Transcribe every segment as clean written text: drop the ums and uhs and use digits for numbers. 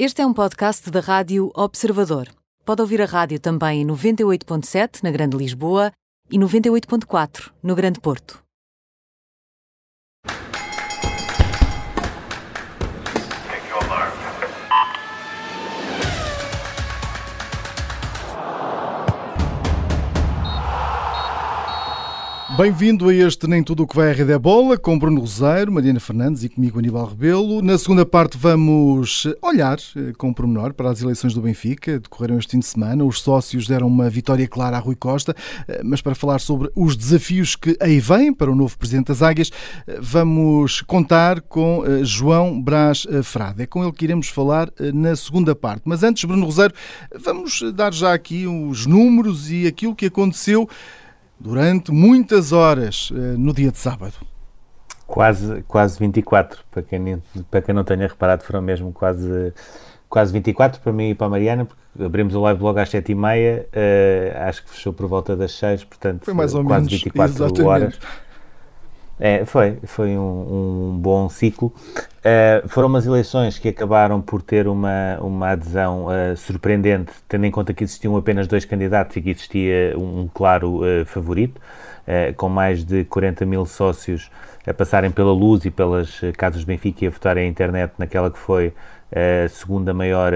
Este é um podcast da Rádio Observador. Pode ouvir a rádio também em 98.7 na Grande Lisboa e 98.4 no Grande Porto. Bem-vindo a este Nem Tudo o que vai à Rede é Bola, com Bruno Roseiro, Mariana Fernandes e comigo Aníbal Rebelo. Na segunda parte vamos olhar com pormenor para as eleições do Benfica, decorreram este fim de semana. Os sócios deram uma vitória clara a Rui Costa, mas para falar sobre os desafios que aí vêm para o novo Presidente das Águias, vamos contar com João Brás Frade. É com ele que iremos falar na segunda parte. Mas antes, Bruno Roseiro, vamos dar já aqui os números e aquilo que aconteceu durante muitas horas no dia de sábado. Quase 24, para quem não tenha reparado, foram mesmo quase 24 para mim e para a Mariana, porque abrimos o live logo às 7h30, acho que fechou por volta das 6, portanto foi mais ou quase menos 24 exatamente. horas. Foi um bom ciclo. Foram umas eleições que acabaram por ter uma adesão surpreendente, tendo em conta que existiam apenas 2 candidatos e que existia um claro favorito, com mais de 40 mil sócios a passarem pela Luz e pelas casas do Benfica e a votarem à internet naquela que foi a segunda maior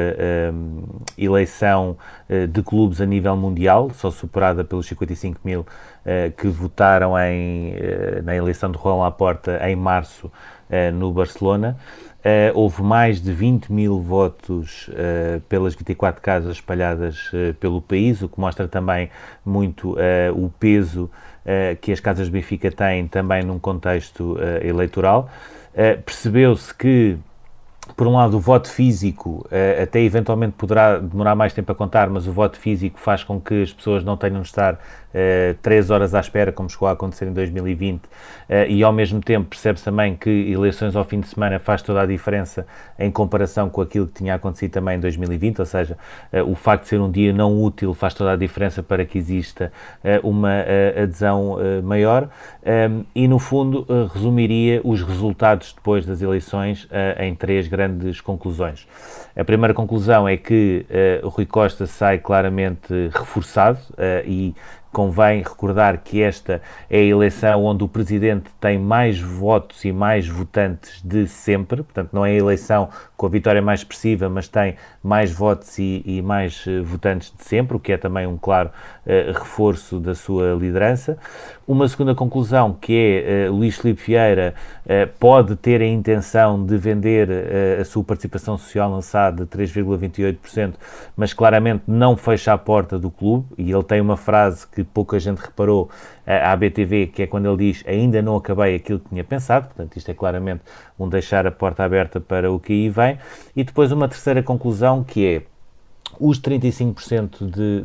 eleição de clubes a nível mundial, só superada pelos 55 mil que votaram na eleição de Juan Laporta em março no Barcelona. Houve mais de 20 mil votos pelas 24 casas espalhadas pelo país, o que mostra também muito o peso que as casas do Benfica têm também num contexto eleitoral. Percebeu-se que, por um lado, o voto físico até eventualmente poderá demorar mais tempo a contar, mas o voto físico faz com que as pessoas não tenham de estar 3 horas à espera, como chegou a acontecer em 2020, e ao mesmo tempo percebe-se também que eleições ao fim de semana faz toda a diferença em comparação com aquilo que tinha acontecido também em 2020, ou seja, o facto de ser um dia não útil faz toda a diferença para que exista uma adesão maior, e no fundo resumiria os resultados depois das eleições em 3 grandes conclusões. A primeira conclusão é que o Rui Costa sai claramente reforçado e convém recordar que esta é a eleição onde o Presidente tem mais votos e mais votantes de sempre, portanto não é a eleição com a vitória mais expressiva, mas tem mais votos e mais votantes de sempre, o que é também um claro reforço da sua liderança. Uma segunda conclusão, que é Luís Filipe Vieira pode ter a intenção de vender a sua participação social na SAD de 3,28%, mas claramente não fecha a porta do clube, e ele tem uma frase que pouca gente reparou à BTV, que é quando ele diz: ainda não acabei aquilo que tinha pensado. Portanto, isto é claramente um deixar a porta aberta para o que aí vem. E depois uma terceira conclusão, que é os 35%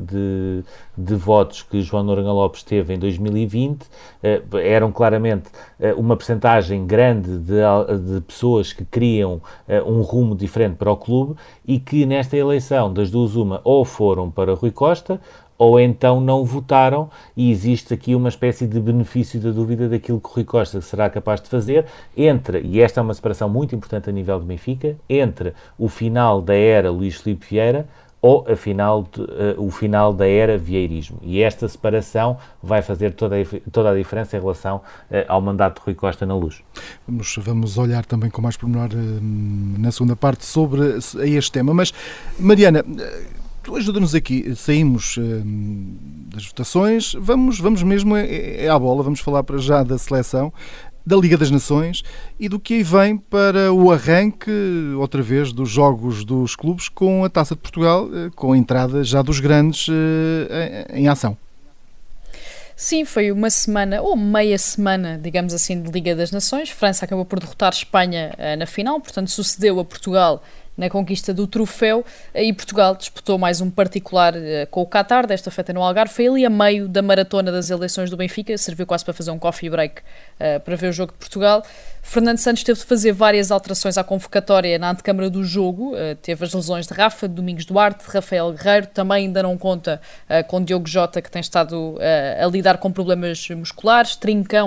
de votos que João Noronha Lopes teve em 2020 eram claramente uma percentagem grande de pessoas que queriam um rumo diferente para o clube e que nesta eleição, das duas uma, ou foram para Rui Costa ou então não votaram, e existe aqui uma espécie de benefício da dúvida daquilo que o Rui Costa será capaz de fazer e esta é uma separação muito importante a nível do Benfica, entre o final da era Luís Filipe Vieira ou o final da era vieirismo. E esta separação vai fazer toda a diferença em relação ao mandato de Rui Costa na Luz. Vamos olhar também com mais pormenor na segunda parte sobre este tema. Mas, Mariana, tu ajuda-nos aqui, saímos das votações, vamos mesmo à bola, vamos falar para já da seleção, da Liga das Nações e do que aí vem para o arranque, outra vez, dos jogos dos clubes com a Taça de Portugal, com a entrada já dos grandes em ação. Sim, foi uma semana, ou meia semana, digamos assim, de Liga das Nações. França acabou por derrotar Espanha na final, portanto sucedeu a Portugal na conquista do troféu, e Portugal disputou mais um particular com o Qatar, desta feita no Algarve. Foi ali a meio da maratona das eleições do Benfica, serviu quase para fazer um coffee break para ver o jogo de Portugal. Fernando Santos teve de fazer várias alterações à convocatória na antecâmara do jogo, teve as lesões de Rafa, de Domingos Duarte, de Rafael Guerreiro, também ainda não conta com Diogo Jota, que tem estado a lidar com problemas musculares. Trincão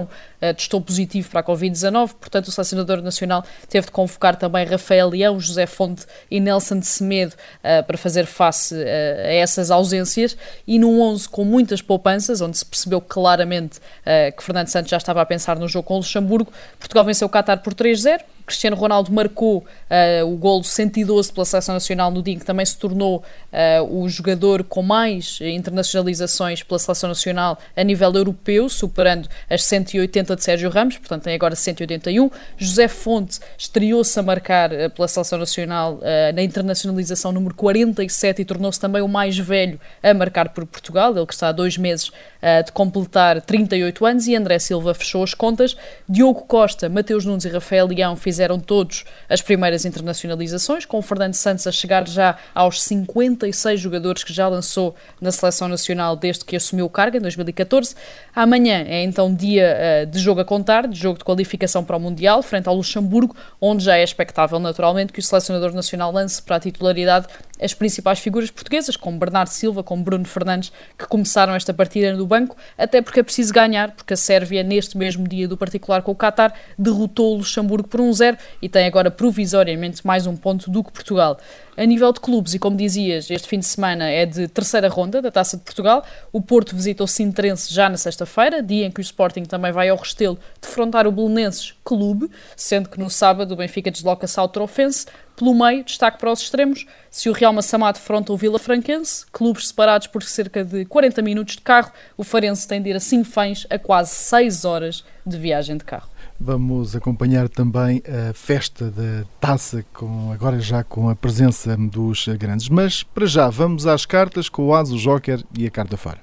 testou positivo para a Covid-19, portanto o selecionador nacional teve de convocar também Rafael Leão, José Fonte e Nelson de Semedo para fazer face a essas ausências, e num 11 com muitas poupanças, onde se percebeu claramente que Fernando Santos já estava a pensar no jogo com o Luxemburgo. Portugal venceu o Qatar por 3-0. Cristiano Ronaldo marcou o golo 112 pela Seleção Nacional no dia em que também se tornou o jogador com mais internacionalizações pela Seleção Nacional a nível europeu, superando as 180 de Sérgio Ramos, portanto tem agora 181. José Fonte estreou-se a marcar pela Seleção Nacional na internacionalização número 47 e tornou-se também o mais velho a marcar por Portugal, ele que está há 2 meses de completar 38 anos, e André Silva fechou as contas. Diogo Costa, Mateus Nunes e Rafael Leão fizeram todos as primeiras internacionalizações, com o Fernando Santos a chegar já aos 56 jogadores que já lançou na Seleção Nacional desde que assumiu o cargo, em 2014. Amanhã é então dia de jogo a contar, de jogo de qualificação para o Mundial, frente ao Luxemburgo, onde já é expectável naturalmente que o selecionador nacional lance para a titularidade as principais figuras portuguesas, como Bernardo Silva, como Bruno Fernandes, que começaram esta partida no banco, até porque é preciso ganhar, porque a Sérvia, neste mesmo dia do particular com o Qatar, derrotou o Luxemburgo por 1-0 e tem agora provisoriamente mais um ponto do que Portugal. A nível de clubes, e como dizias, este fim de semana é de terceira ronda da Taça de Portugal. O Porto visita o Sintrense já na sexta-feira, dia em que o Sporting também vai ao Restelo defrontar o Belenenses Clube, sendo que no sábado o Benfica desloca-se ao Trofense. Pelo meio, destaque para os extremos, se o Real Massamá defronta o Vila Franquense, clubes separados por cerca de 40 minutos de carro, o Farense tem de ir a Sinfãs a quase 6 horas de viagem de carro. Vamos acompanhar também a festa da Taça, agora já com a presença dos grandes. Mas, para já, vamos às cartas com o As, o Joker e a carta fora.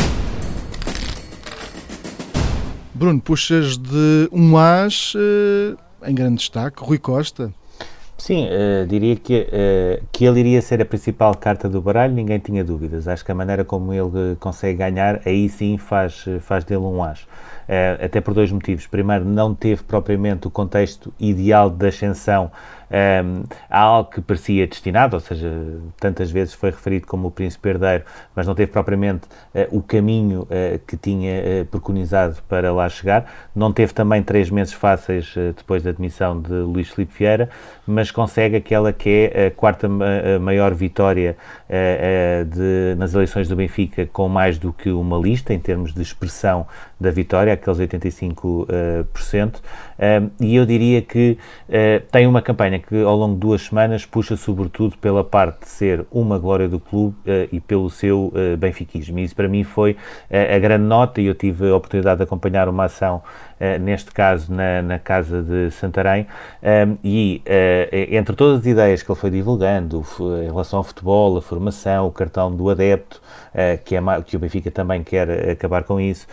Bruno, puxas de um As em grande destaque, Rui Costa. Sim, diria que ele iria ser a principal carta do baralho, ninguém tinha dúvidas. Acho que a maneira como ele consegue ganhar, aí sim faz dele um as. Até por 2 motivos. Primeiro, não teve propriamente o contexto ideal de ascensão a algo que parecia destinado, ou seja, tantas vezes foi referido como o príncipe herdeiro, mas não teve propriamente o caminho que tinha preconizado para lá chegar. Não teve também 3 meses fáceis depois da admissão de Luís Filipe Vieira, mas consegue aquela que é a 4ª maior vitória nas eleições do Benfica, com mais do que uma lista em termos de expressão da vitória, aqueles 85%, e eu diria que tem uma campanha que ao longo de 2 semanas puxa sobretudo pela parte de ser uma glória do clube e pelo seu benfiquismo, e isso para mim foi a grande nota, e eu tive a oportunidade de acompanhar uma ação neste caso na Casa de Santarém, e entre todas as ideias que ele foi divulgando em relação ao futebol, a formação, o cartão do adepto, que o Benfica também quer acabar com isso,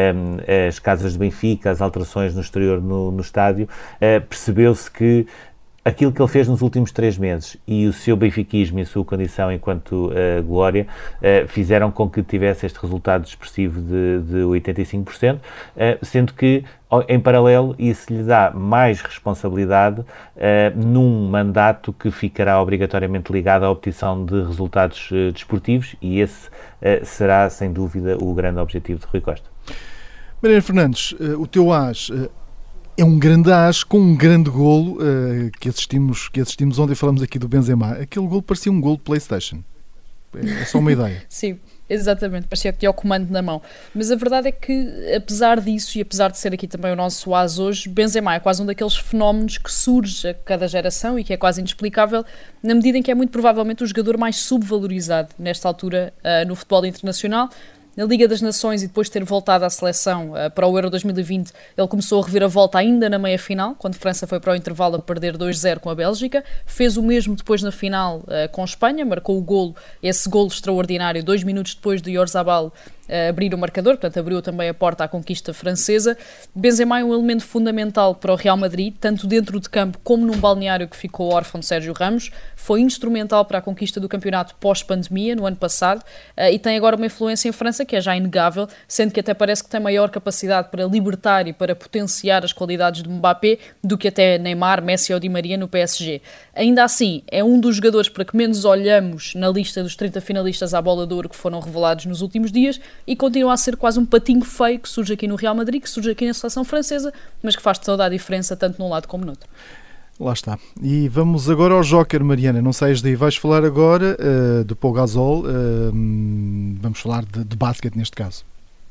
as casas do Benfica, as alterações no exterior no estádio, percebeu-se que aquilo que ele fez nos últimos 3 meses e o seu benfiquismo e a sua condição enquanto glória fizeram com que tivesse este resultado expressivo de 85%, sendo que, em paralelo, isso lhe dá mais responsabilidade num mandato que ficará obrigatoriamente ligado à obtenção de resultados desportivos, e esse será, sem dúvida, o grande objetivo de Rui Costa. Mariana Fernandes, o teu as é um grande as com um grande golo que assistimos ontem. Falamos aqui do Benzema. Aquele golo parecia um golo de PlayStation. É só uma ideia. Sim, exatamente. Parecia que tinha o comando na mão. Mas a verdade é que, apesar disso, e apesar de ser aqui também o nosso as hoje, Benzema é quase um daqueles fenómenos que surge a cada geração e que é quase inexplicável, na medida em que é muito provavelmente o jogador mais subvalorizado nesta altura no futebol internacional. Na Liga das Nações, e depois de ter voltado à seleção para o Euro 2020, ele começou a reviravolta ainda na meia-final, quando a França foi para o intervalo a perder 2-0 com a Bélgica. Fez o mesmo depois na final com a Espanha, marcou o golo, esse golo extraordinário, 2 minutos depois de Oyarzabal abrir o marcador, portanto abriu também a porta à conquista francesa. Benzema é um elemento fundamental para o Real Madrid, tanto dentro de campo como num balneário que ficou órfão de Sérgio Ramos. Foi instrumental para a conquista do campeonato pós-pandemia, no ano passado, e tem agora uma influência em França que é já inegável, sendo que até parece que tem maior capacidade para libertar e para potenciar as qualidades de Mbappé do que até Neymar, Messi ou Di Maria no PSG. Ainda assim, é um dos jogadores para que menos olhamos na lista dos 30 finalistas à Bola de Ouro que foram revelados nos últimos dias, e continua a ser quase um patinho feio que surge aqui no Real Madrid, que surge aqui na seleção francesa, mas que faz toda a diferença tanto num lado como no outro. Lá está. E vamos agora ao Joker, Mariana. Não saias daí. Vais falar agora de Pau Gasol. Vamos falar de basquete neste caso.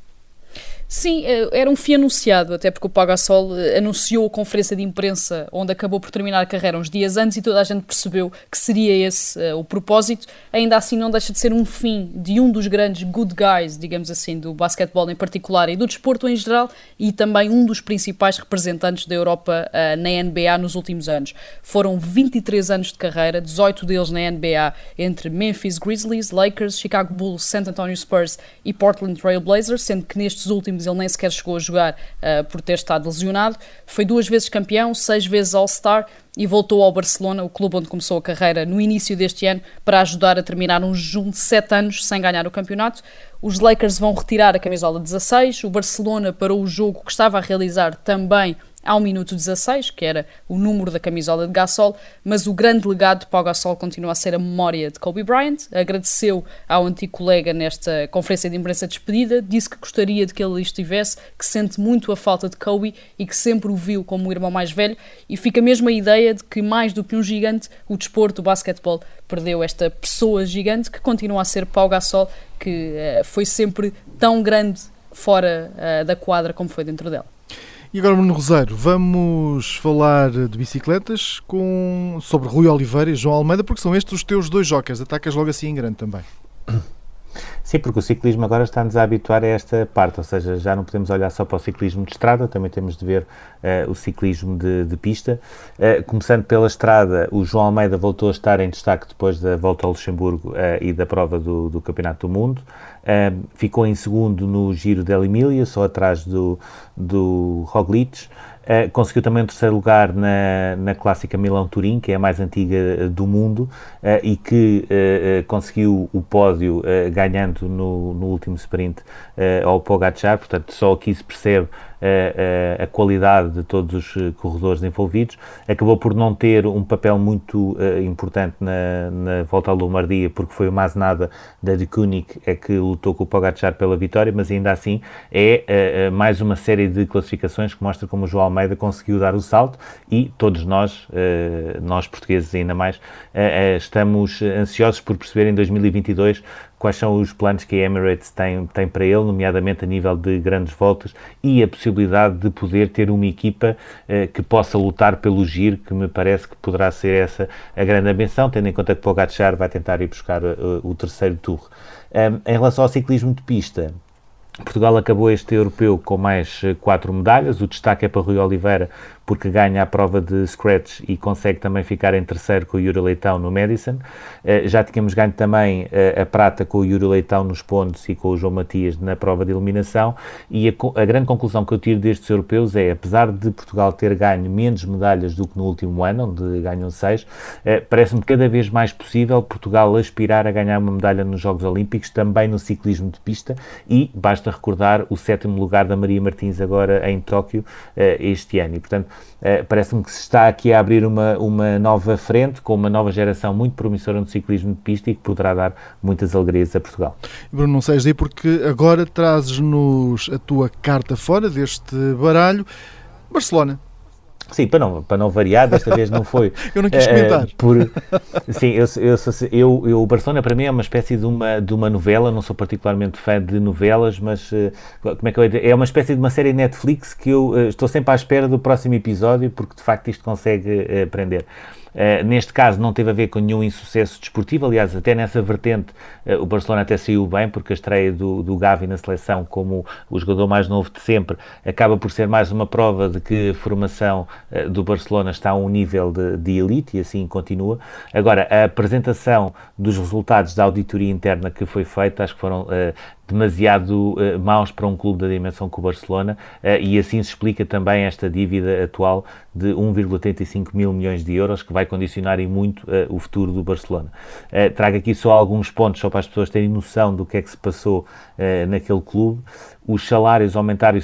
Sim, era um fim anunciado, até porque o Pau Gasol anunciou a conferência de imprensa onde acabou por terminar a carreira uns dias antes e toda a gente percebeu que seria esse o propósito. Ainda assim não deixa de ser um fim de um dos grandes good guys, digamos assim, do basquetebol em particular e do desporto em geral, e também um dos principais representantes da Europa na NBA nos últimos anos. Foram 23 anos de carreira, 18 deles na NBA, entre Memphis Grizzlies, Lakers, Chicago Bulls, San Antonio Spurs e Portland Trail Blazers, sendo que nestes últimos ele nem sequer chegou a jogar por ter estado lesionado. Foi 2 vezes campeão, 6 vezes All-Star e voltou ao Barcelona, o clube onde começou a carreira no início deste ano, para ajudar a terminar um jejum de 7 anos sem ganhar o campeonato. Os Lakers vão retirar a camisola 16, o Barcelona parou o jogo que estava a realizar também ao minuto 16, que era o número da camisola de Gasol, mas o grande legado de Pau Gasol continua a ser a memória de Kobe Bryant. Agradeceu ao antigo colega nesta conferência de imprensa de despedida, disse que gostaria de que ele estivesse, que sente muito a falta de Kobe e que sempre o viu como o irmão mais velho, e fica mesmo a ideia de que mais do que um gigante, o desporto, o basquetebol, perdeu esta pessoa gigante que continua a ser Pau Gasol, que foi sempre tão grande fora da quadra como foi dentro dela. E agora, Bruno Rosário, vamos falar de bicicletas sobre Rui Oliveira e João Almeida, porque são estes os teus 2 jokers. Atacas logo assim em grande também. Sim, porque o ciclismo agora está-nos a habituar a esta parte, ou seja, já não podemos olhar só para o ciclismo de estrada, também temos de ver o ciclismo de pista. Começando pela estrada, o João Almeida voltou a estar em destaque depois da volta ao Luxemburgo e da prova do Campeonato do Mundo. Ficou em segundo no Giro dell'Emilia, só atrás do Roglic. Conseguiu também o 3º lugar na clássica Milão-Turim, que é a mais antiga do mundo, e que conseguiu o pódio ganhando no último sprint ao Pogačar. Portanto, só aqui se percebe a qualidade de todos os corredores envolvidos. Acabou por não ter um papel muito importante na volta à Lombardia, porque foi o Masnada da De Koenig que lutou com o Pogačar pela vitória, mas ainda assim é mais uma série de classificações que mostra como o João Almeida conseguiu dar o salto, e todos nós portugueses ainda mais, estamos ansiosos por perceber em 2022 quais são os planos que a Emirates tem para ele, nomeadamente a nível de grandes voltas, e a possibilidade de poder ter uma equipa que possa lutar pelo Giro, que me parece que poderá ser essa a grande ambição, tendo em conta que Pogačar vai tentar ir buscar o 3º Tour. Em relação ao ciclismo de pista, Portugal acabou este europeu com mais 4 medalhas. O destaque é para Rui Oliveira, porque ganha a prova de scratch e consegue também ficar em 3º com o Yuri Leitão no Madison. Já tínhamos ganho também a prata com o Yuri Leitão nos pontos e com o João Matias na prova de eliminação, e a grande conclusão que eu tiro destes europeus é, apesar de Portugal ter ganho menos medalhas do que no último ano, onde ganham 6, parece-me cada vez mais possível Portugal aspirar a ganhar uma medalha nos Jogos Olímpicos, também no ciclismo de pista, e basta recordar o 7º lugar da Maria Martins agora em Tóquio este ano. E, portanto, parece-me que se está aqui a abrir uma nova frente, com uma nova geração muito promissora no ciclismo de pista e que poderá dar muitas alegrias a Portugal. Bruno, não saias daí porque agora trazes-nos a tua carta fora deste baralho. Barcelona. Sim, para não variar, desta vez não foi. Eu não quis comentar. Sim, o Barcelona para mim é uma espécie de uma novela. Não sou particularmente fã de novelas, mas como é que eu ia dizer? É uma espécie de uma série Netflix que eu estou sempre à espera do próximo episódio, porque de facto isto consegue prender. Neste caso não teve a ver com nenhum insucesso desportivo, aliás, até nessa vertente o Barcelona até saiu bem, porque a estreia do Gavi na seleção como o jogador mais novo de sempre acaba por ser mais uma prova de que a formação do Barcelona está a um nível de elite, e assim continua. Agora, a apresentação dos resultados da auditoria interna que foi feita, acho que foram demasiado maus para um clube da dimensão que o Barcelona, e assim se explica também esta dívida atual de 1,85 mil milhões de euros, que vai condicionar em muito o futuro do Barcelona. Trago aqui só alguns pontos, só para as pessoas terem noção do que é que se passou naquele clube. Os salários aumentaram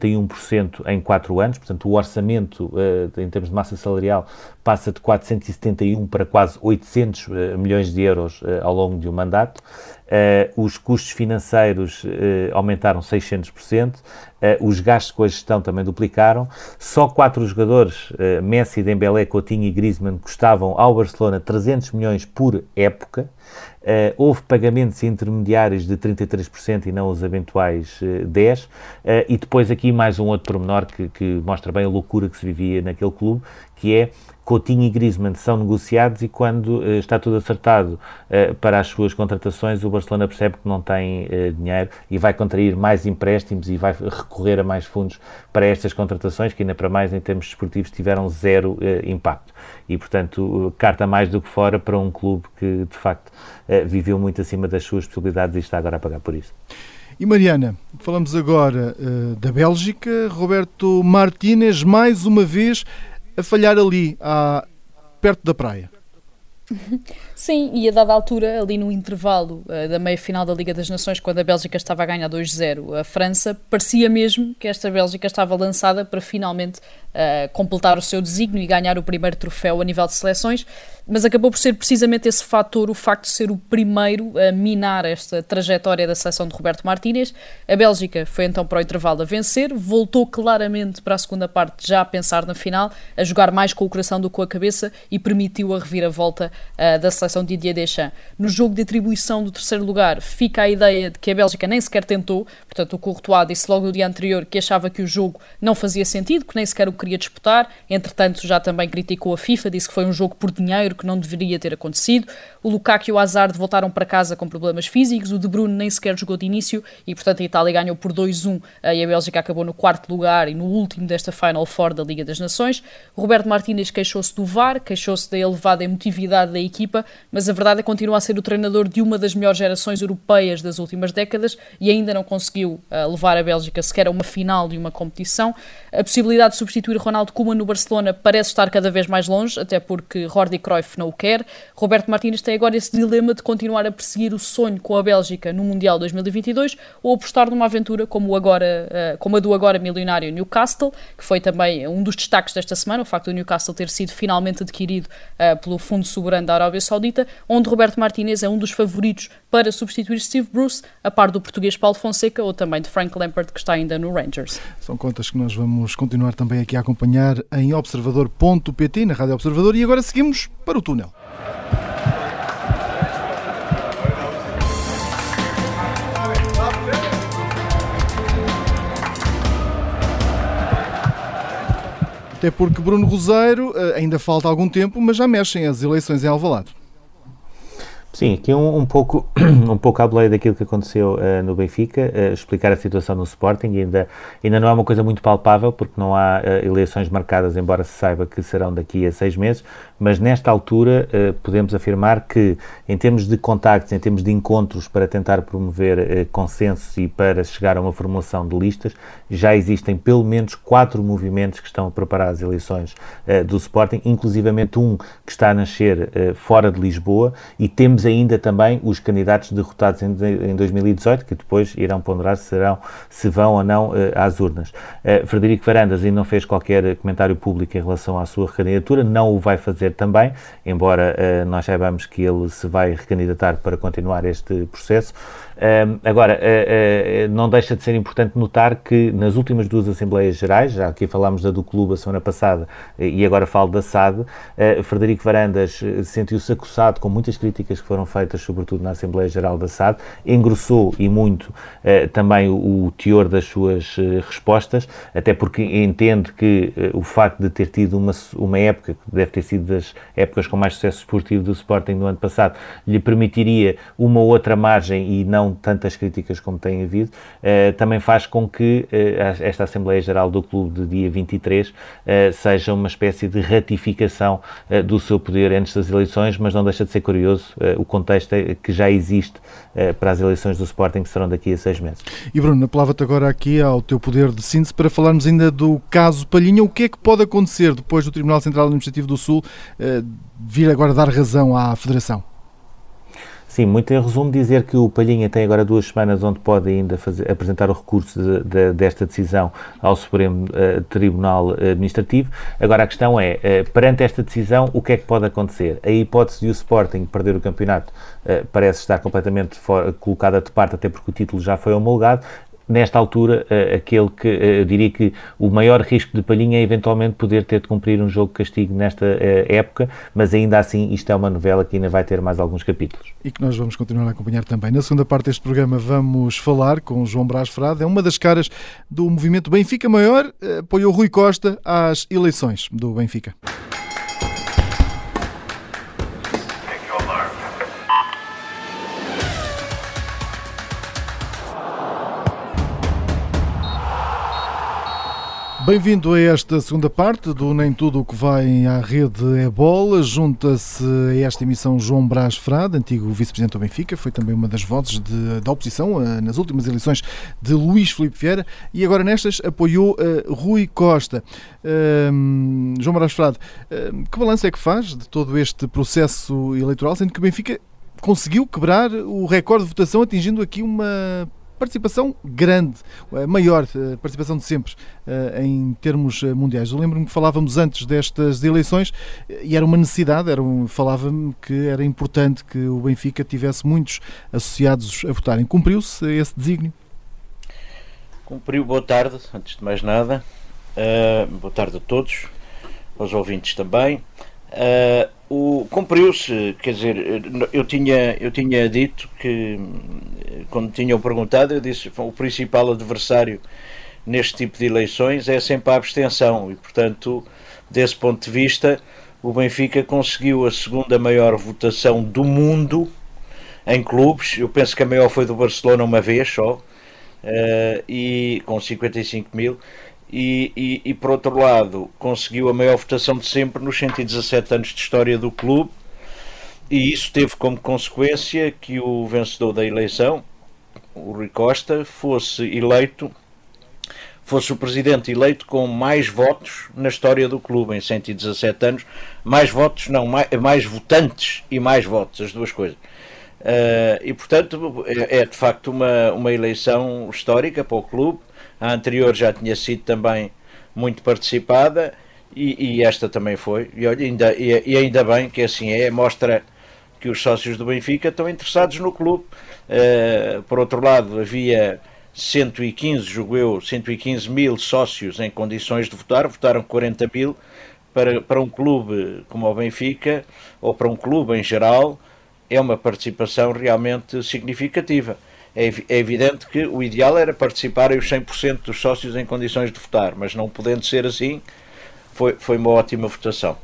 61% em 4 anos, portanto o orçamento em termos de massa salarial passa de 471 para quase 800 milhões de euros ao longo de um mandato. os custos financeiros aumentaram 600%, os gastos com a gestão também duplicaram. Só 4 jogadores, Messi, Dembélé, Coutinho e Griezmann, custavam ao Barcelona 300 milhões por época. Houve pagamentos intermediários de 33% e não os eventuais 10%. E depois aqui mais um outro pormenor que mostra bem a loucura que se vivia naquele clube, que é Coutinho e Griezmann são negociados e quando está tudo acertado para as suas contratações, o Barcelona percebe que não tem dinheiro e vai contrair mais empréstimos e vai recorrer a mais fundos para estas contratações, que ainda para mais em termos desportivos tiveram zero impacto. E, portanto, carta mais do que fora para um clube que, de facto, viveu muito acima das suas possibilidades e está agora a pagar por isso. E Mariana, falamos agora da Bélgica. Roberto Martínez, mais uma vez, a falhar ali, perto da praia. Sim, e a dada altura, ali no intervalo da meia-final da Liga das Nações, quando a Bélgica estava a ganhar 2-0 a França, parecia mesmo que esta Bélgica estava lançada para finalmente completar o seu desígnio e ganhar o primeiro troféu a nível de seleções, mas acabou por ser precisamente esse fator, o facto de ser o primeiro a minar esta trajetória da seleção de Roberto Martínez. A Bélgica foi então para o intervalo a vencer, voltou claramente para a segunda parte já a pensar na final, a jogar mais com o coração do que com a cabeça e permitiu a reviravolta da seleção de Didier Deschamps. No jogo de atribuição do terceiro lugar fica a ideia de que a Bélgica nem sequer tentou, portanto o Courtois disse logo no dia anterior que achava que o jogo não fazia sentido, que nem sequer o queria disputar, entretanto já também criticou a FIFA, disse que foi um jogo por dinheiro, que não deveria ter acontecido. O Lukaku e o Hazard voltaram para casa com problemas físicos, o De Bruyne nem sequer jogou de início e portanto a Itália ganhou por 2-1 e a Bélgica acabou no quarto lugar e no último desta Final Four da Liga das Nações. Roberto Martínez queixou-se do VAR, queixou-se da elevada emotividade da equipa, mas a verdade é que continua a ser o treinador de uma das melhores gerações europeias das últimas décadas e ainda não conseguiu levar a Bélgica sequer a uma final de uma competição. A possibilidade de substituir Ronald Koeman no Barcelona parece estar cada vez mais longe, até porque Jordi Cruyff não o quer. Roberto Martínez tem agora esse dilema de continuar a perseguir o sonho com a Bélgica no Mundial 2022 ou apostar numa aventura como a do agora milionário Newcastle, que foi também um dos destaques desta semana, o facto do Newcastle ter sido finalmente adquirido pelo Fundo Soberano da Arábia Saudita, onde Roberto Martínez é um dos favoritos para substituir Steve Bruce, a par do português Paulo Fonseca ou também de Frank Lampard, que está ainda no Rangers. São contas que nós vamos continuar também aqui a acompanhar em observador.pt, na Rádio Observador, e agora seguimos para o túnel. Até porque Bruno Roseiro ainda falta algum tempo, mas já mexem as eleições em Alvalade. Sim, aqui um pouco à boleia daquilo que aconteceu no Benfica, explicar a situação no Sporting. Ainda não é uma coisa muito palpável, porque não há eleições marcadas, embora se saiba que serão daqui a 6 meses, mas nesta altura podemos afirmar que, em termos de contactos, em termos de encontros para tentar promover consensos e para chegar a uma formulação de listas, já existem pelo menos 4 movimentos que estão a preparar as eleições do Sporting, inclusivamente um que está a nascer fora de Lisboa, e temos ainda também os candidatos derrotados em 2018, que depois irão ponderar se vão ou não às urnas. Frederico Varandas ainda não fez qualquer comentário público em relação à sua recandidatura, não o vai fazer também, embora nós saibamos que ele se vai recandidatar para continuar este processo. Agora, não deixa de ser importante notar que nas últimas 2 Assembleias Gerais, já aqui falámos da do clube a semana passada e agora falo da SAD, Frederico Varandas sentiu-se acossado com muitas críticas que foram feitas, sobretudo na Assembleia Geral da SAD, engrossou e muito também o teor das suas respostas, até porque entende que o facto de ter tido uma época, que deve ter sido das épocas com mais sucesso esportivo do Sporting no ano passado, lhe permitiria uma outra margem e não tantas críticas como tem havido, também faz com que esta Assembleia Geral do clube de dia 23 seja uma espécie de ratificação do seu poder antes das eleições, mas não deixa de ser curioso o contexto que já existe para as eleições do Sporting, que serão daqui a 6 meses. E Bruno, apelava-te agora aqui ao teu poder de síntese para falarmos ainda do caso Palhinha. O que é que pode acontecer depois do Tribunal Central Administrativo do Sul vir agora dar razão à Federação? Sim, muito em resumo dizer que o Palhinha tem agora 2 semanas onde pode ainda apresentar o recurso desta decisão ao Supremo Tribunal Administrativo. Agora a questão é, perante esta decisão, o que é que pode acontecer? A hipótese de o Sporting perder o campeonato parece estar completamente colocada de parte, até porque o título já foi homologado. Nesta altura, aquele que eu diria que o maior risco de Palhinha é eventualmente poder ter de cumprir um jogo de castigo nesta época, mas ainda assim isto é uma novela que ainda vai ter mais alguns capítulos. E que nós vamos continuar a acompanhar também. Na segunda parte deste programa vamos falar com João Brás Frade, é uma das caras do movimento Benfica Maior, apoiou Rui Costa às eleições do Benfica. Bem-vindo a esta segunda parte do Nem Tudo o que vai à rede é bola. Junta-se a esta emissão João Brás Frade, antigo vice-presidente do Benfica, foi também uma das vozes da oposição nas últimas eleições de Luís Filipe Vieira e agora nestas apoiou Rui Costa. João Brás Frade, que balanço é que faz de todo este processo eleitoral, sendo que o Benfica conseguiu quebrar o recorde de votação, atingindo aqui uma participação grande, a maior participação de sempre em termos mundiais. Eu lembro-me que falávamos antes destas eleições e era uma necessidade, falava-me que era importante que o Benfica tivesse muitos associados a votarem. Cumpriu-se esse desígnio? Cumpriu. Boa tarde, antes de mais nada. Boa tarde a todos, aos ouvintes também. Cumpriu-se, quer dizer, eu tinha dito que, quando tinham perguntado, eu disse que o principal adversário neste tipo de eleições é sempre a abstenção e, portanto, desse ponto de vista, o Benfica conseguiu a segunda maior votação do mundo em clubes. Eu penso que a maior foi do Barcelona uma vez só, e com 55 mil. E por outro lado conseguiu a maior votação de sempre nos 117 anos de história do clube, e isso teve como consequência que o vencedor da eleição, o Rui Costa, fosse o presidente eleito com mais votos na história do clube em 117 anos. Mais votos não, mais votantes e mais votos, as duas coisas. E portanto é de facto uma eleição histórica para o clube. A anterior já tinha sido também muito participada e esta também foi. E olha, ainda bem que assim mostra que os sócios do Benfica estão interessados no clube. Por outro lado, havia 115 mil sócios em condições de votar, votaram 40 mil. Para um clube como o Benfica, ou para um clube em geral, é uma participação realmente significativa. É evidente que o ideal era participarem os 100% dos sócios em condições de votar, mas não podendo ser assim, foi uma ótima votação.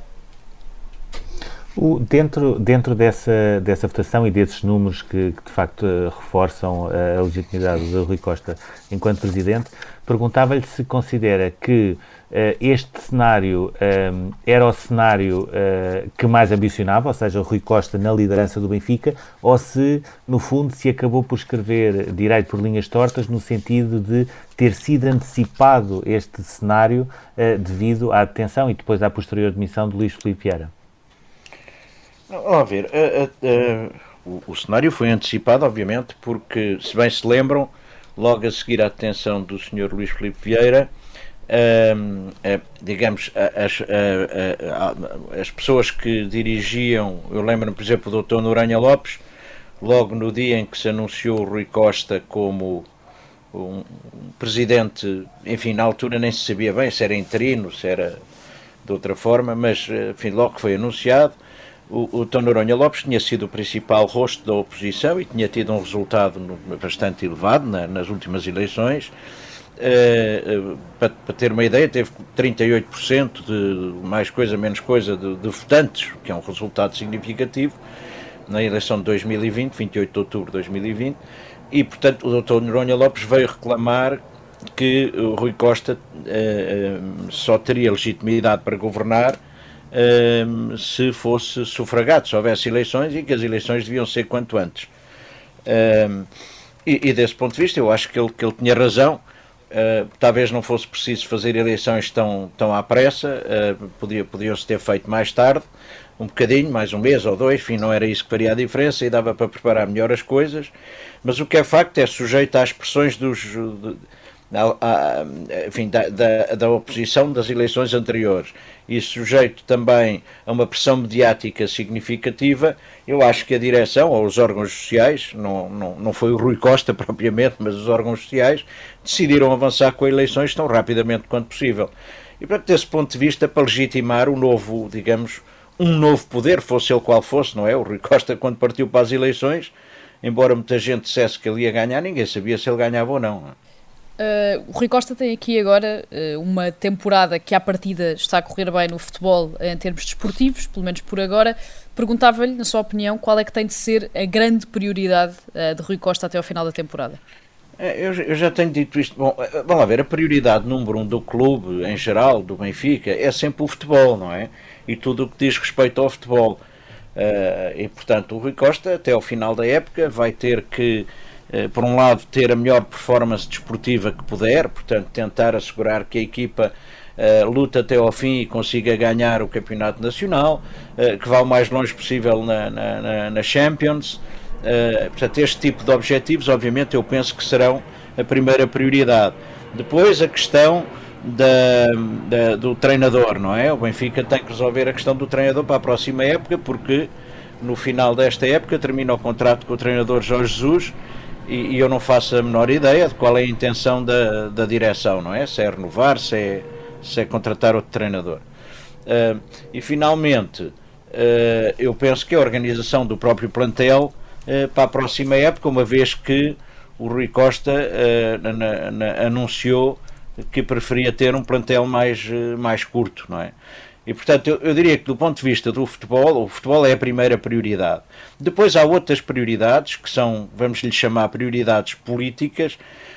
Dentro dessa votação e desses números que de facto reforçam a legitimidade de Rui Costa enquanto Presidente, perguntava-lhe se considera que este cenário era o cenário que mais ambicionava, ou seja, o Rui Costa na liderança do Benfica, ou se, no fundo, se acabou por escrever direito por linhas tortas, no sentido de ter sido antecipado este cenário devido à detenção e depois à posterior demissão de Luís Filipe Vieira. Vamos ver, o cenário foi antecipado, obviamente, porque, se bem se lembram, logo a seguir à detenção do Sr. Luís Filipe Vieira, digamos, as pessoas que dirigiam, eu lembro-me, por exemplo, do Dr. Noronha Lopes, logo no dia em que se anunciou o Rui Costa como um presidente, enfim, na altura nem se sabia bem se era interino, se era de outra forma, mas, enfim, logo que foi anunciado, o Dr. Noronha Lopes tinha sido o principal rosto da oposição e tinha tido um resultado bastante elevado nas últimas eleições. Para ter uma ideia, teve 38% de mais coisa, menos coisa de votantes, que é um resultado significativo, na eleição de 2020, 28 de outubro de 2020, e portanto o Dr. Noronha Lopes veio reclamar que o Rui Costa só teria legitimidade para governar se fosse sufragado, se houvesse eleições, e que as eleições deviam ser quanto antes. E desse ponto de vista eu acho que ele tinha razão. Talvez não fosse preciso fazer eleições tão à pressa, podiam-se ter feito mais tarde. um bocadinho, mais um mês ou dois, enfim, não era isso que faria a diferença e dava para preparar melhor as coisas, mas o que é facto é sujeito às pressões enfim, da oposição das eleições anteriores e sujeito também a uma pressão mediática significativa. Eu acho que a direção, ou os órgãos sociais, não foi o Rui Costa propriamente, mas os órgãos sociais, decidiram avançar com eleições tão rapidamente quanto possível. E, portanto, desse ponto de vista, para legitimar o novo, digamos, um novo poder, fosse ele qual fosse, não é? O Rui Costa, quando partiu para as eleições, embora muita gente dissesse que ele ia ganhar, ninguém sabia se ele ganhava ou não. O Rui Costa tem aqui agora uma temporada que à partida está a correr bem no futebol em termos desportivos, pelo menos por agora. Perguntava-lhe, na sua opinião, qual é que tem de ser a grande prioridade de Rui Costa até ao final da temporada? Eu já tenho dito isto. Bom, vamos lá ver, a prioridade número 1 do clube, em geral, do Benfica, é sempre o futebol, não é? E tudo o que diz respeito ao futebol. E, portanto, o Rui Costa, até ao final da época, vai ter que, por um lado, ter a melhor performance desportiva que puder, portanto, tentar assegurar que a equipa luta até ao fim e consiga ganhar o campeonato nacional, que vá o mais longe possível na Champions. Portanto, este tipo de objetivos, obviamente, eu penso que serão a primeira prioridade. Depois, a questão do treinador, não é? O Benfica tem que resolver a questão do treinador para a próxima época, porque no final desta época termina o contrato com o treinador Jorge Jesus e eu não faço a menor ideia de qual é a intenção da direção, não é? Se é renovar, se é contratar outro treinador. E finalmente, eu penso que a organização do próprio plantel para a próxima época, uma vez que o Rui Costa anunciou que preferia ter um plantel mais curto, não é? E, portanto, eu diria que do ponto de vista do futebol, o futebol é a primeira prioridade. Depois há outras prioridades, que são, vamos lhe chamar, prioridades políticas,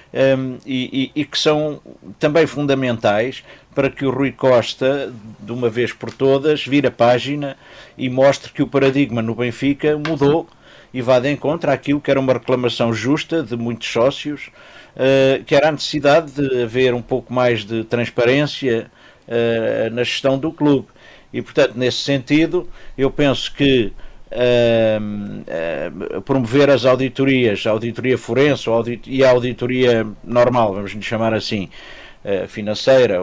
e que são também fundamentais para que o Rui Costa, de uma vez por todas, vire a página e mostre que o paradigma no Benfica mudou e vá de encontro àquilo que era uma reclamação justa de muitos sócios, que era a necessidade de haver um pouco mais de transparência na gestão do clube. E, portanto, nesse sentido, eu penso que promover as auditorias, a auditoria forense e a auditoria normal, vamos lhe chamar assim, financeira,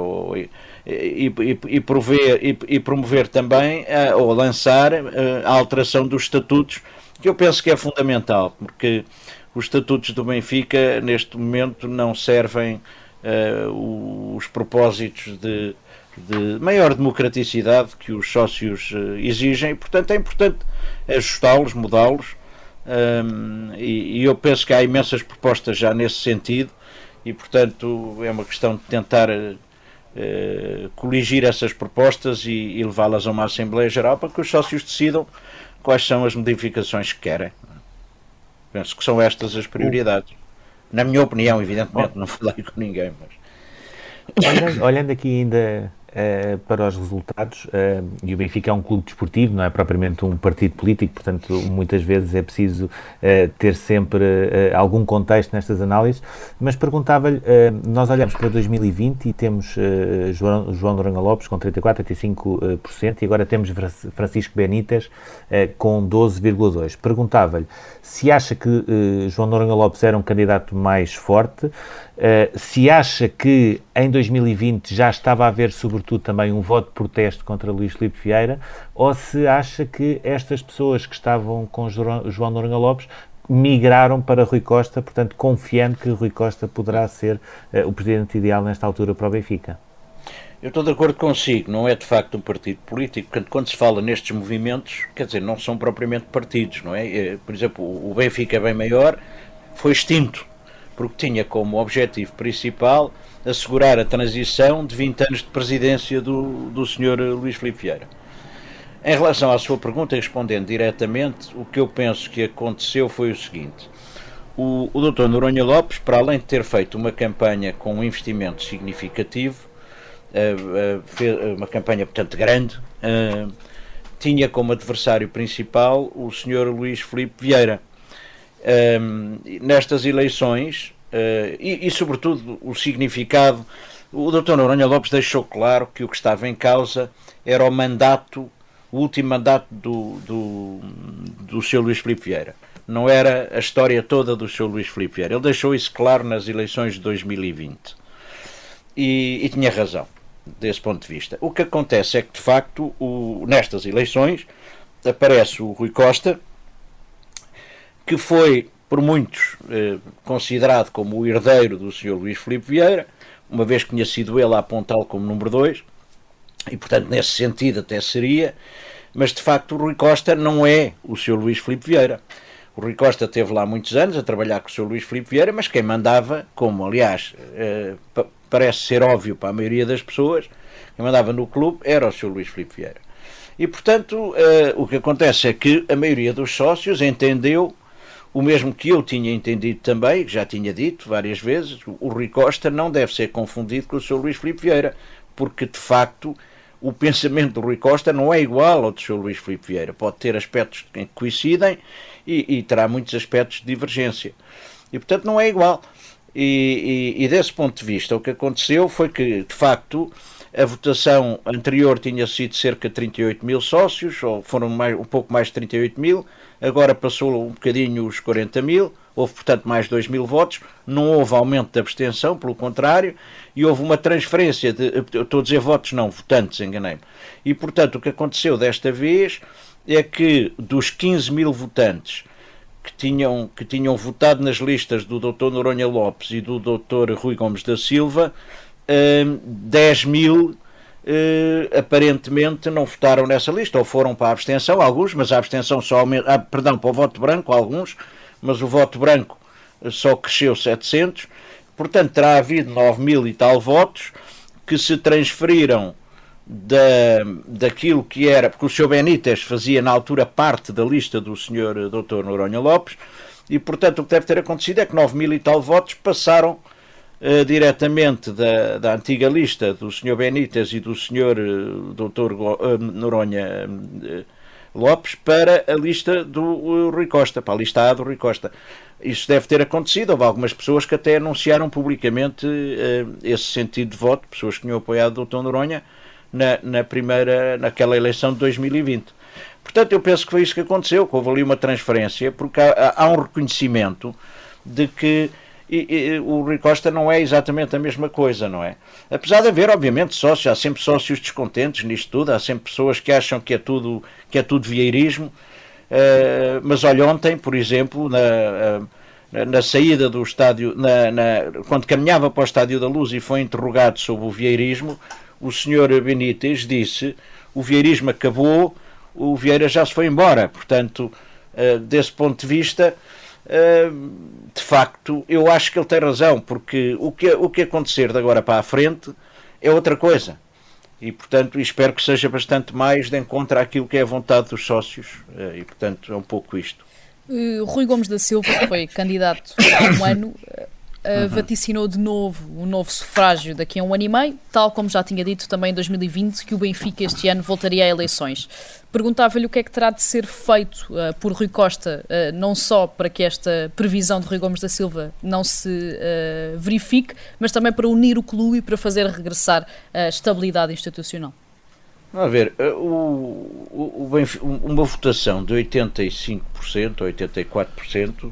e promover também, ou lançar a alteração dos estatutos, que eu penso que é fundamental, porque os estatutos do Benfica, neste momento, não servem os propósitos de maior democraticidade que os sócios exigem, e, portanto, é importante ajustá-los, mudá-los, e eu penso que há imensas propostas já nesse sentido, e, portanto, é uma questão de tentar coligir essas propostas e levá-las a uma Assembleia Geral para que os sócios decidam quais são as modificações que querem. Penso que são estas as prioridades. Na minha opinião, evidentemente, não falei com ninguém. Mas... Olhando aqui ainda para os resultados, e o Benfica é um clube desportivo, não é propriamente um partido político, portanto, muitas vezes é preciso ter sempre algum contexto nestas análises, mas perguntava-lhe, nós olhamos para 2020 e temos João Noronha Lopes com 34%, 35%, e agora temos Francisco Benítez com 12,2%. Perguntava-lhe se acha que João Noronha Lopes era um candidato mais forte, se acha que em 2020 já estava a haver, sobretudo, também um voto de protesto contra Luís Filipe Vieira, ou se acha que estas pessoas que estavam com João Noronha Lopes migraram para Rui Costa, portanto, confiando que Rui Costa poderá ser o presidente ideal nesta altura para o Benfica? Eu estou de acordo consigo, não é de facto um partido político, portanto, quando se fala nestes movimentos, quer dizer, não são propriamente partidos, não é? Por exemplo, o Benfica Bem Maior foi extinto, porque tinha como objetivo principal assegurar a transição de 20 anos de presidência do Sr. Luís Filipe Vieira. Em relação à sua pergunta, respondendo diretamente, o que eu penso que aconteceu foi o seguinte: o Dr. Noronha Lopes, para além de ter feito uma campanha com um investimento significativo, fez uma campanha, portanto, grande, tinha como adversário principal o Sr. Luís Filipe Vieira. Nestas eleições, e sobretudo o significado, o Dr. Noronha Lopes deixou claro que o que estava em causa era o mandato o último mandato do Sr. Luís Filipe Vieira. Não era a história toda do Sr. Luís Filipe Vieira. Ele deixou isso claro nas eleições de 2020. E tinha razão, desse ponto de vista. O que acontece é que, de facto, nestas eleições, aparece o Rui Costa, que foi, por muitos, considerado como o herdeiro do Sr. Luís Filipe Vieira, uma vez que tinha sido ele a apontá-lo como número 2, e, portanto, nesse sentido até seria, mas, de facto, o Rui Costa não é o Sr. Luís Filipe Vieira. O Rui Costa esteve lá muitos anos a trabalhar com o Sr. Luís Filipe Vieira, mas quem mandava, como, aliás, parece ser óbvio para a maioria das pessoas, quem mandava no clube era o Sr. Luís Filipe Vieira. E, portanto, o que acontece é que a maioria dos sócios entendeu o mesmo que eu tinha entendido também, que já tinha dito várias vezes: o Rui Costa não deve ser confundido com o Sr. Luís Filipe Vieira, porque, de facto, o pensamento do Rui Costa não é igual ao do Sr. Luís Filipe Vieira. Pode ter aspectos que coincidem e terá muitos aspectos de divergência. E, portanto, não é igual. E desse ponto de vista, o que aconteceu foi que, de facto, a votação anterior tinha sido cerca de 38 mil sócios, ou foram um pouco mais de 38 mil, agora passou um bocadinho os 40 mil, houve, portanto, mais 2 mil votos, não houve aumento de abstenção, pelo contrário, e houve uma transferência estou a dizer votos, não, votantes, enganei-me. E, portanto, o que aconteceu desta vez é que dos 15 mil votantes que tinham votado nas listas do Dr. Noronha Lopes e do Dr. Rui Gomes da Silva, 10 mil aparentemente não votaram nessa lista, ou foram para a abstenção, alguns, mas a abstenção só para o voto branco, alguns, mas o voto branco só cresceu 700, portanto terá havido 9 mil e tal votos que se transferiram daquilo que era, porque o Sr. Benítez fazia na altura parte da lista do Sr. Dr. Noronha Lopes, e portanto o que deve ter acontecido é que 9 mil e tal votos passaram diretamente da antiga lista do Sr. Benítez e do Sr. Dr. Noronha Lopes para a lista do Rui Costa, para a lista A do Rui Costa. Isso deve ter acontecido. Houve algumas pessoas que até anunciaram publicamente esse sentido de voto, pessoas que tinham apoiado o Dr. Noronha naquela eleição de 2020. Portanto, eu penso que foi isso que aconteceu, que houve ali uma transferência, porque há um reconhecimento de que o Rui Costa não é exatamente a mesma coisa, não é? Apesar de haver, obviamente, sócios, há sempre sócios descontentes nisto tudo, há sempre pessoas que acham que é tudo vieirismo, mas olha, ontem, por exemplo, na saída do estádio, quando caminhava para o Estádio da Luz e foi interrogado sobre o vieirismo, o Sr. Benítez disse: o vieirismo acabou, o Vieira já se foi embora. Portanto, desse ponto de vista, de facto, eu acho que ele tem razão, porque o que acontecer de agora para a frente é outra coisa. E, portanto, espero que seja bastante mais de encontro àquilo que é a vontade dos sócios. E, portanto, é um pouco isto. Rui Gomes da Silva, que foi candidato há um ano, vaticinou de novo um novo sufrágio daqui a um ano e meio, tal como já tinha dito também em 2020 que o Benfica este ano voltaria a eleições. Perguntava-lhe o que é que terá de ser feito por Rui Costa, não só para que esta previsão de Rui Gomes da Silva não se verifique, mas também para unir o clube e para fazer regressar a estabilidade institucional. A ver, uma votação de 85%, 84%,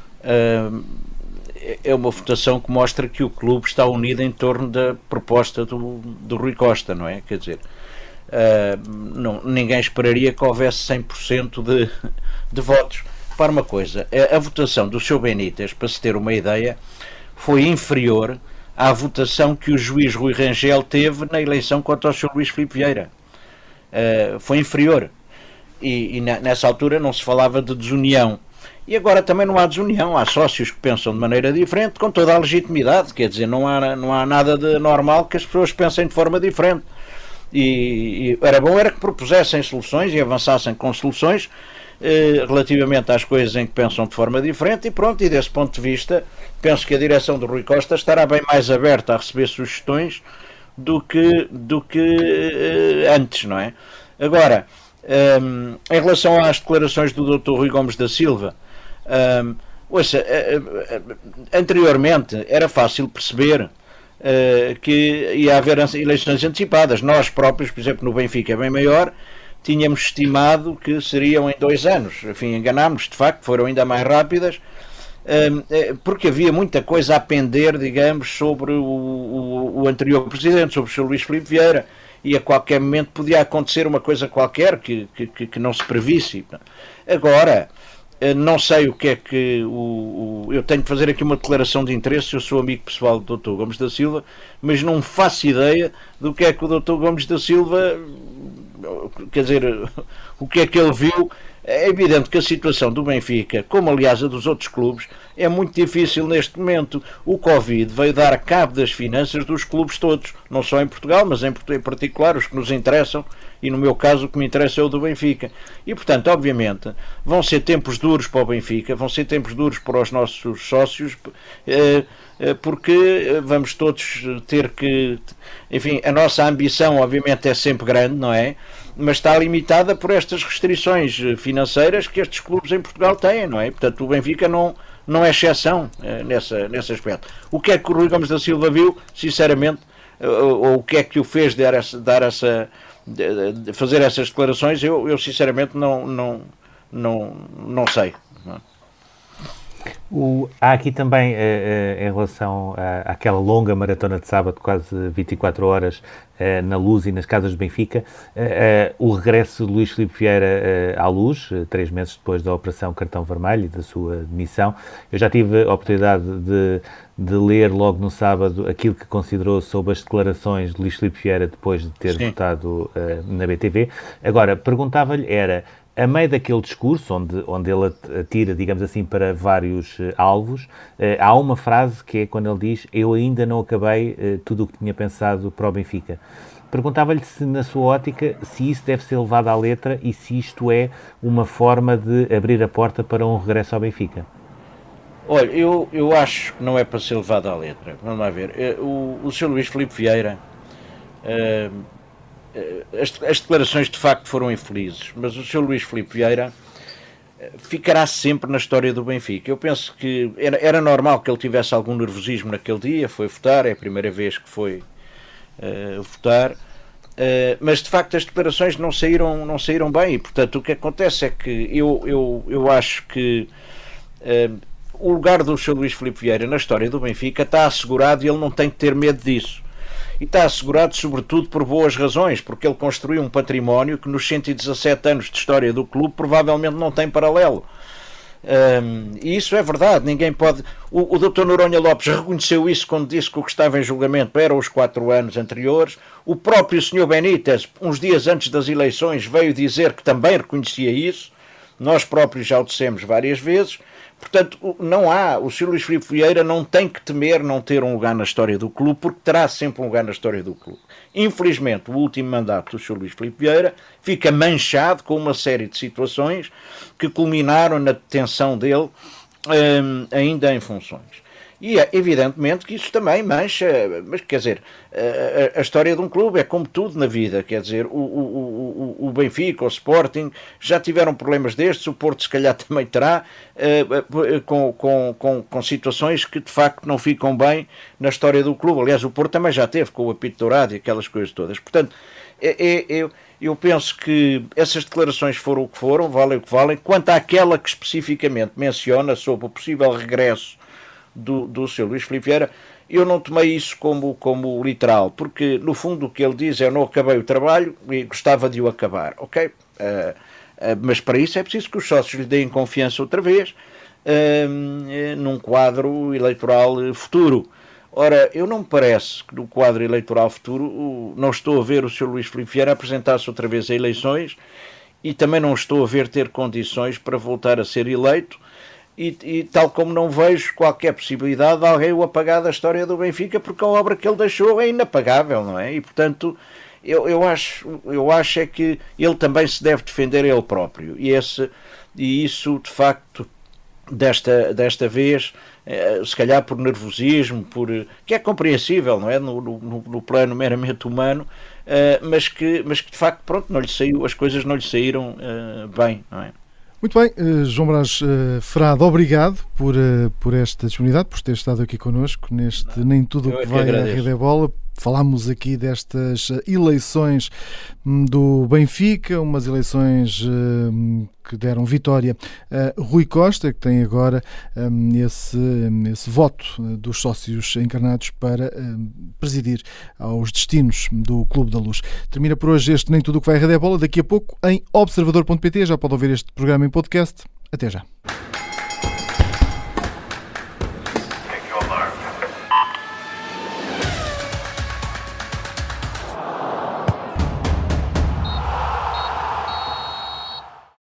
é uma votação que mostra que o clube está unido em torno da proposta do Rui Costa, não é? Quer dizer, ninguém esperaria que houvesse 100% de votos. Para uma coisa, a votação do Sr. Benítez, para se ter uma ideia, foi inferior à votação que o juiz Rui Rangel teve na eleição contra o Sr. Luís Filipe Vieira. Foi inferior. E nessa altura não se falava de desunião. E agora também não há desunião, há sócios que pensam de maneira diferente, com toda a legitimidade, quer dizer, não há nada de normal que as pessoas pensem de forma diferente. E era bom que propusessem soluções e avançassem com soluções relativamente às coisas em que pensam de forma diferente, e pronto, e desse ponto de vista, penso que a direção do Rui Costa estará bem mais aberta a receber sugestões do que antes, não é? Agora, em relação às declarações do Dr. Rui Gomes da Silva, anteriormente era fácil perceber que ia haver eleições antecipadas. Nós próprios, por exemplo, no Benfica é bem maior, tínhamos estimado que seriam em 2 anos. Enfim, enganámos, de facto, foram ainda mais rápidas, porque havia muita coisa a pender, digamos, sobre o anterior presidente, sobre o Sr. Luís Filipe Vieira, e a qualquer momento podia acontecer uma coisa qualquer que não se previsse. Agora, não sei o que é que eu tenho de fazer aqui uma declaração de interesse. Eu sou amigo pessoal do Dr. Gomes da Silva, mas não faço ideia do que é que o Dr. Gomes da Silva, quer dizer, o que é que ele viu. É evidente que a situação do Benfica, como aliás a dos outros clubes, é muito difícil neste momento. O Covid veio dar cabo das finanças dos clubes todos, não só em Portugal, mas em particular os que nos interessam, e no meu caso o que me interessa é o do Benfica. E portanto, obviamente, vão ser tempos duros para o Benfica, vão ser tempos duros para os nossos sócios, porque vamos todos ter que... Enfim, a nossa ambição obviamente é sempre grande, não é? Mas está limitada por estas restrições financeiras que estes clubes em Portugal têm, não é? Portanto, o Benfica não é exceção nesse aspecto. O que é que o Rui Gomes da Silva viu, sinceramente, ou o que é que o fez fazer essas declarações, eu sinceramente não sei. Há aqui também, em relação àquela longa maratona de sábado, quase 24 horas, na Luz e nas casas do Benfica, o regresso de Luís Filipe Vieira à Luz, 3 meses depois da Operação Cartão Vermelho e da sua demissão. Eu já tive a oportunidade de ler logo no sábado aquilo que considerou sobre as declarações de Luís Filipe Vieira depois de ter votado na BTV. Agora, perguntava-lhe, a meio daquele discurso, onde ele atira, digamos assim, para vários alvos, há uma frase que é quando ele diz: eu ainda não acabei tudo o que tinha pensado para o Benfica. Perguntava-lhe se, na sua ótica, se isso deve ser levado à letra e se isto é uma forma de abrir a porta para um regresso ao Benfica. Olha, eu acho que não é para ser levado à letra. Vamos lá ver. O Sr. Luís Filipe Vieira... As declarações de facto foram infelizes, mas o Sr. Luís Filipe Vieira ficará sempre na história do Benfica. Eu penso que era normal que ele tivesse algum nervosismo naquele dia, foi votar, é a primeira vez que foi votar, mas de facto as declarações não saíram bem, e portanto o que acontece é que eu acho que o lugar do Sr. Luís Filipe Vieira na história do Benfica está assegurado, e ele não tem que ter medo disso. E está assegurado sobretudo por boas razões, porque ele construiu um património que nos 117 anos de história do clube provavelmente não tem paralelo. E isso é verdade, ninguém pode... O Dr. Noronha Lopes reconheceu isso quando disse que o que estava em julgamento eram os 4 anos anteriores. O próprio Sr. Benítez, uns dias antes das eleições, veio dizer que também reconhecia isso. Nós próprios já o dissemos várias vezes. Portanto, o Sr. Luís Filipe Vieira não tem que temer não ter um lugar na história do clube, porque terá sempre um lugar na história do clube. Infelizmente, o último mandato do Sr. Luís Filipe Vieira fica manchado com uma série de situações que culminaram na detenção dele ainda em funções. E é evidentemente que isso também mancha, mas quer dizer, a história de um clube é como tudo na vida, quer dizer, o Benfica, o Sporting já tiveram problemas destes, o Porto se calhar também terá, com situações que de facto não ficam bem na história do clube. Aliás, o Porto também já teve com o apito dourado e aquelas coisas todas. Portanto, eu penso que essas declarações foram o que foram, valem o que valem. Quanto àquela que especificamente menciona sobre o possível regresso do Sr. Luís Filipe Vieira, eu não tomei isso como literal, porque no fundo o que ele diz é: eu não acabei o trabalho e gostava de o acabar, ok? Mas para isso é preciso que os sócios lhe deem confiança outra vez num quadro eleitoral futuro. Ora, eu não me parece que no quadro eleitoral futuro não estou a ver o Sr. Luís Filipe Vieira apresentar-se outra vez a eleições, e também não estou a ver ter condições para voltar a ser eleito. E tal como não vejo qualquer possibilidade de alguém o apagar da história do Benfica, porque a obra que ele deixou é inapagável, não é? E portanto, eu acho é que ele também se deve defender ele próprio. E isso, de facto, desta vez, se calhar por nervosismo, que é compreensível, não é? No plano meramente humano, mas que de facto, pronto, as coisas não lhe saíram bem, não é? Muito bem, João Brás Frade, obrigado por esta disponibilidade, por ter estado aqui connosco neste Nem Tudo o que Vai à Rede é Bola. Falámos aqui destas eleições do Benfica, umas eleições que deram vitória a Rui Costa, que tem agora esse voto dos sócios encarnados para presidir aos destinos do Clube da Luz. Termina por hoje este Nem Tudo o que vai à Rede é Bola. Daqui a pouco em observador.pt já pode ouvir este programa em podcast. Até já.